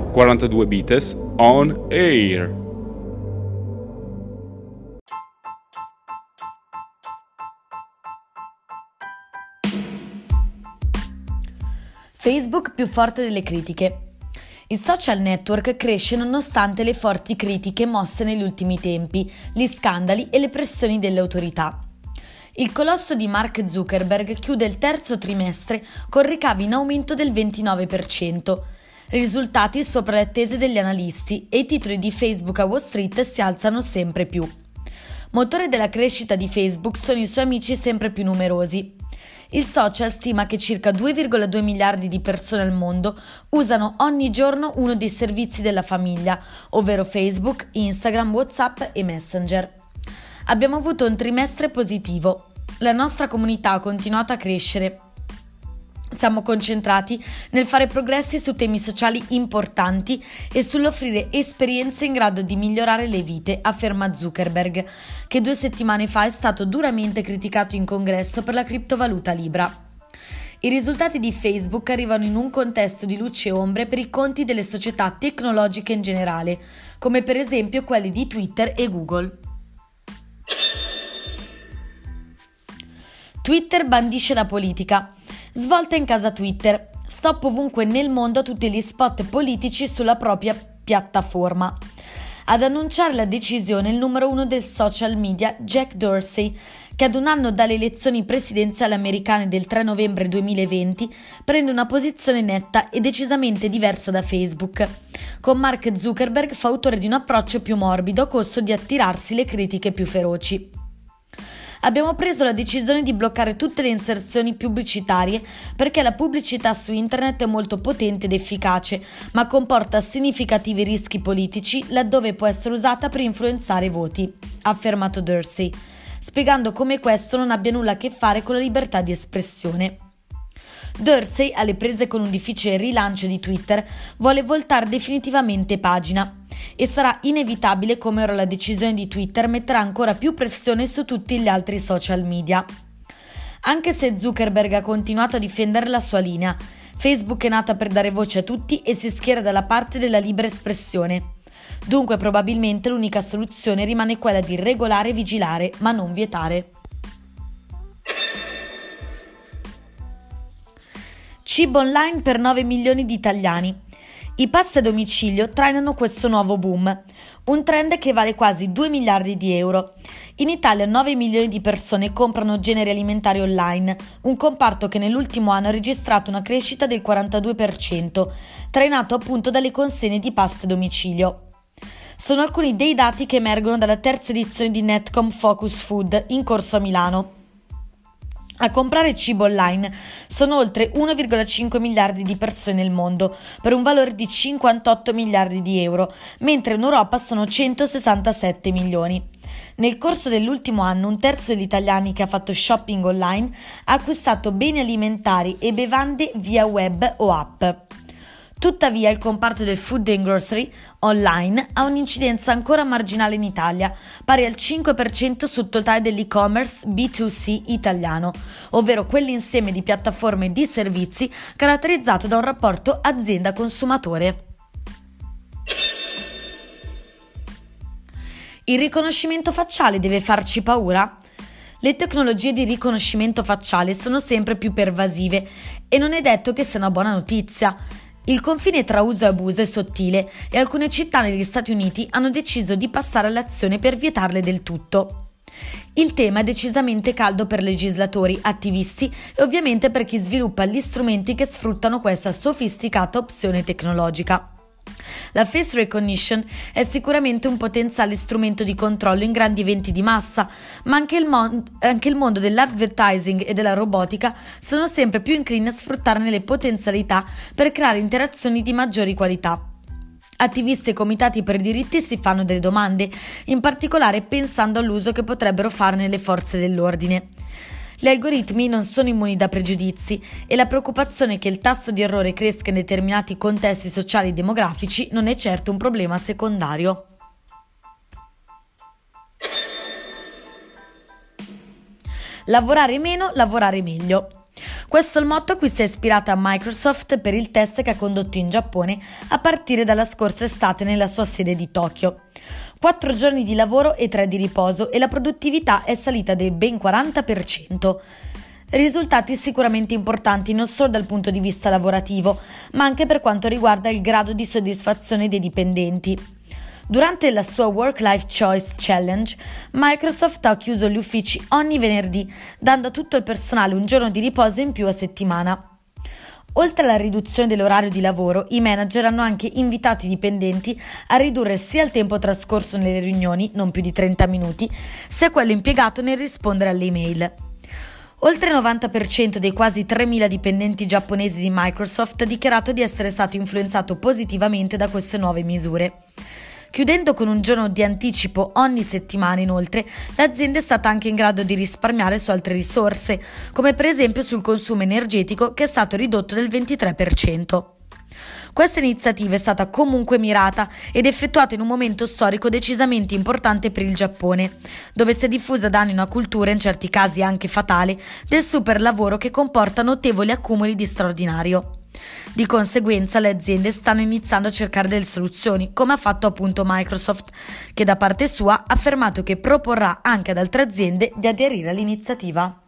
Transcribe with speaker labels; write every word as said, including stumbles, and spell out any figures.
Speaker 1: quarantadue Bites on air.
Speaker 2: Facebook più forte delle critiche. Il social network cresce nonostante le forti critiche mosse negli ultimi tempi, gli scandali e le pressioni delle autorità. Il colosso di Mark Zuckerberg chiude il terzo trimestre con ricavi in aumento del ventinove per cento, risultati sopra le attese degli analisti, e i titoli di Facebook a Wall Street si alzano sempre più. Motore della crescita di Facebook sono i suoi amici sempre più numerosi. Il social stima che circa due virgola due miliardi di persone al mondo usano ogni giorno uno dei servizi della famiglia, ovvero Facebook, Instagram, WhatsApp e Messenger. Abbiamo avuto un trimestre positivo. La nostra comunità ha continuato a crescere. Siamo concentrati nel fare progressi su temi sociali importanti e sull'offrire esperienze in grado di migliorare le vite, afferma Zuckerberg, che due settimane fa è stato duramente criticato in congresso per la criptovaluta Libra. I risultati di Facebook arrivano in un contesto di luci e ombre per i conti delle società tecnologiche in generale, come per esempio quelli di Twitter e Google. Twitter bandisce la politica. Svolta in casa Twitter. Stop ovunque nel mondo a tutti gli spot politici sulla propria piattaforma. Ad annunciare la decisione il numero uno del social media, Jack Dorsey, che ad un anno dalle elezioni presidenziali americane del tre novembre duemilaventi prende una posizione netta e decisamente diversa da Facebook. Con Mark Zuckerberg fautore di un approccio più morbido a costo di attirarsi le critiche più feroci. Abbiamo preso la decisione di bloccare tutte le inserzioni pubblicitarie perché la pubblicità su internet è molto potente ed efficace, ma comporta significativi rischi politici laddove può essere usata per influenzare i voti, ha affermato Dorsey, spiegando come questo non abbia nulla a che fare con la libertà di espressione. Dorsey, alle prese con un difficile rilancio di Twitter, vuole voltare definitivamente pagina e sarà inevitabile come ora la decisione di Twitter metterà ancora più pressione su tutti gli altri social media. Anche se Zuckerberg ha continuato a difendere la sua linea, Facebook è nata per dare voce a tutti e si schiera dalla parte della libera espressione. Dunque probabilmente l'unica soluzione rimane quella di regolare e vigilare, ma non vietare. Cibo online per nove milioni di italiani. I pasti a domicilio trainano questo nuovo boom, un trend che vale quasi due miliardi di euro. In Italia nove milioni di persone comprano generi alimentari online, un comparto che nell'ultimo anno ha registrato una crescita del quarantadue per cento, trainato appunto dalle consegne di pasti a domicilio. Sono alcuni dei dati che emergono dalla terza edizione di Netcom Focus Food in corso a Milano. A comprare cibo online sono oltre uno virgola cinque miliardi di persone nel mondo, per un valore di cinquantotto miliardi di euro, mentre in Europa sono centosessantasette milioni. Nel corso dell'ultimo anno un terzo degli italiani che ha fatto shopping online ha acquistato beni alimentari e bevande via web o app. Tuttavia il comparto del food and grocery online ha un'incidenza ancora marginale in Italia, pari al cinque per cento sul totale dell'e-commerce B due C italiano, ovvero quell'insieme di piattaforme di servizi caratterizzato da un rapporto azienda-consumatore. Il riconoscimento facciale deve farci paura? Le tecnologie di riconoscimento facciale sono sempre più pervasive e non è detto che sia una buona notizia. Il confine tra uso e abuso è sottile e alcune città negli Stati Uniti hanno deciso di passare all'azione per vietarle del tutto. Il tema è decisamente caldo per legislatori, attivisti e ovviamente per chi sviluppa gli strumenti che sfruttano questa sofisticata opzione tecnologica. La face recognition è sicuramente un potenziale strumento di controllo in grandi eventi di massa, ma anche il, mon- anche il mondo dell'advertising e della robotica sono sempre più inclini a sfruttarne le potenzialità per creare interazioni di maggiori qualità. Attivisti e comitati per i diritti si fanno delle domande, in particolare pensando all'uso che potrebbero farne le forze dell'ordine. Gli algoritmi non sono immuni da pregiudizi e la preoccupazione che il tasso di errore cresca in determinati contesti sociali e demografici non è certo un problema secondario. Lavorare meno, lavorare meglio. Questo è il motto a cui si è ispirata Microsoft per il test che ha condotto in Giappone a partire dalla scorsa estate nella sua sede di Tokyo. Quattro giorni di lavoro e tre di riposo e la produttività è salita del ben quaranta per cento. Risultati sicuramente importanti non solo dal punto di vista lavorativo, ma anche per quanto riguarda il grado di soddisfazione dei dipendenti. Durante la sua Work-Life Choice Challenge, Microsoft ha chiuso gli uffici ogni venerdì, dando a tutto il personale un giorno di riposo in più a settimana. Oltre alla riduzione dell'orario di lavoro, i manager hanno anche invitato i dipendenti a ridurre sia il tempo trascorso nelle riunioni, non più di trenta minuti, sia quello impiegato nel rispondere alle email. Oltre il novanta per cento dei quasi tremila dipendenti giapponesi di Microsoft ha dichiarato di essere stato influenzato positivamente da queste nuove misure. Chiudendo con un giorno di anticipo ogni settimana, inoltre, l'azienda è stata anche in grado di risparmiare su altre risorse, come per esempio sul consumo energetico che è stato ridotto del ventitré per cento. Questa iniziativa è stata comunque mirata ed effettuata in un momento storico decisamente importante per il Giappone, dove si è diffusa da anni una cultura, in certi casi anche fatale, del super lavoro che comporta notevoli accumuli di straordinario. Di conseguenza le aziende stanno iniziando a cercare delle soluzioni, come ha fatto appunto Microsoft, che da parte sua ha affermato che proporrà anche ad altre aziende di aderire all'iniziativa.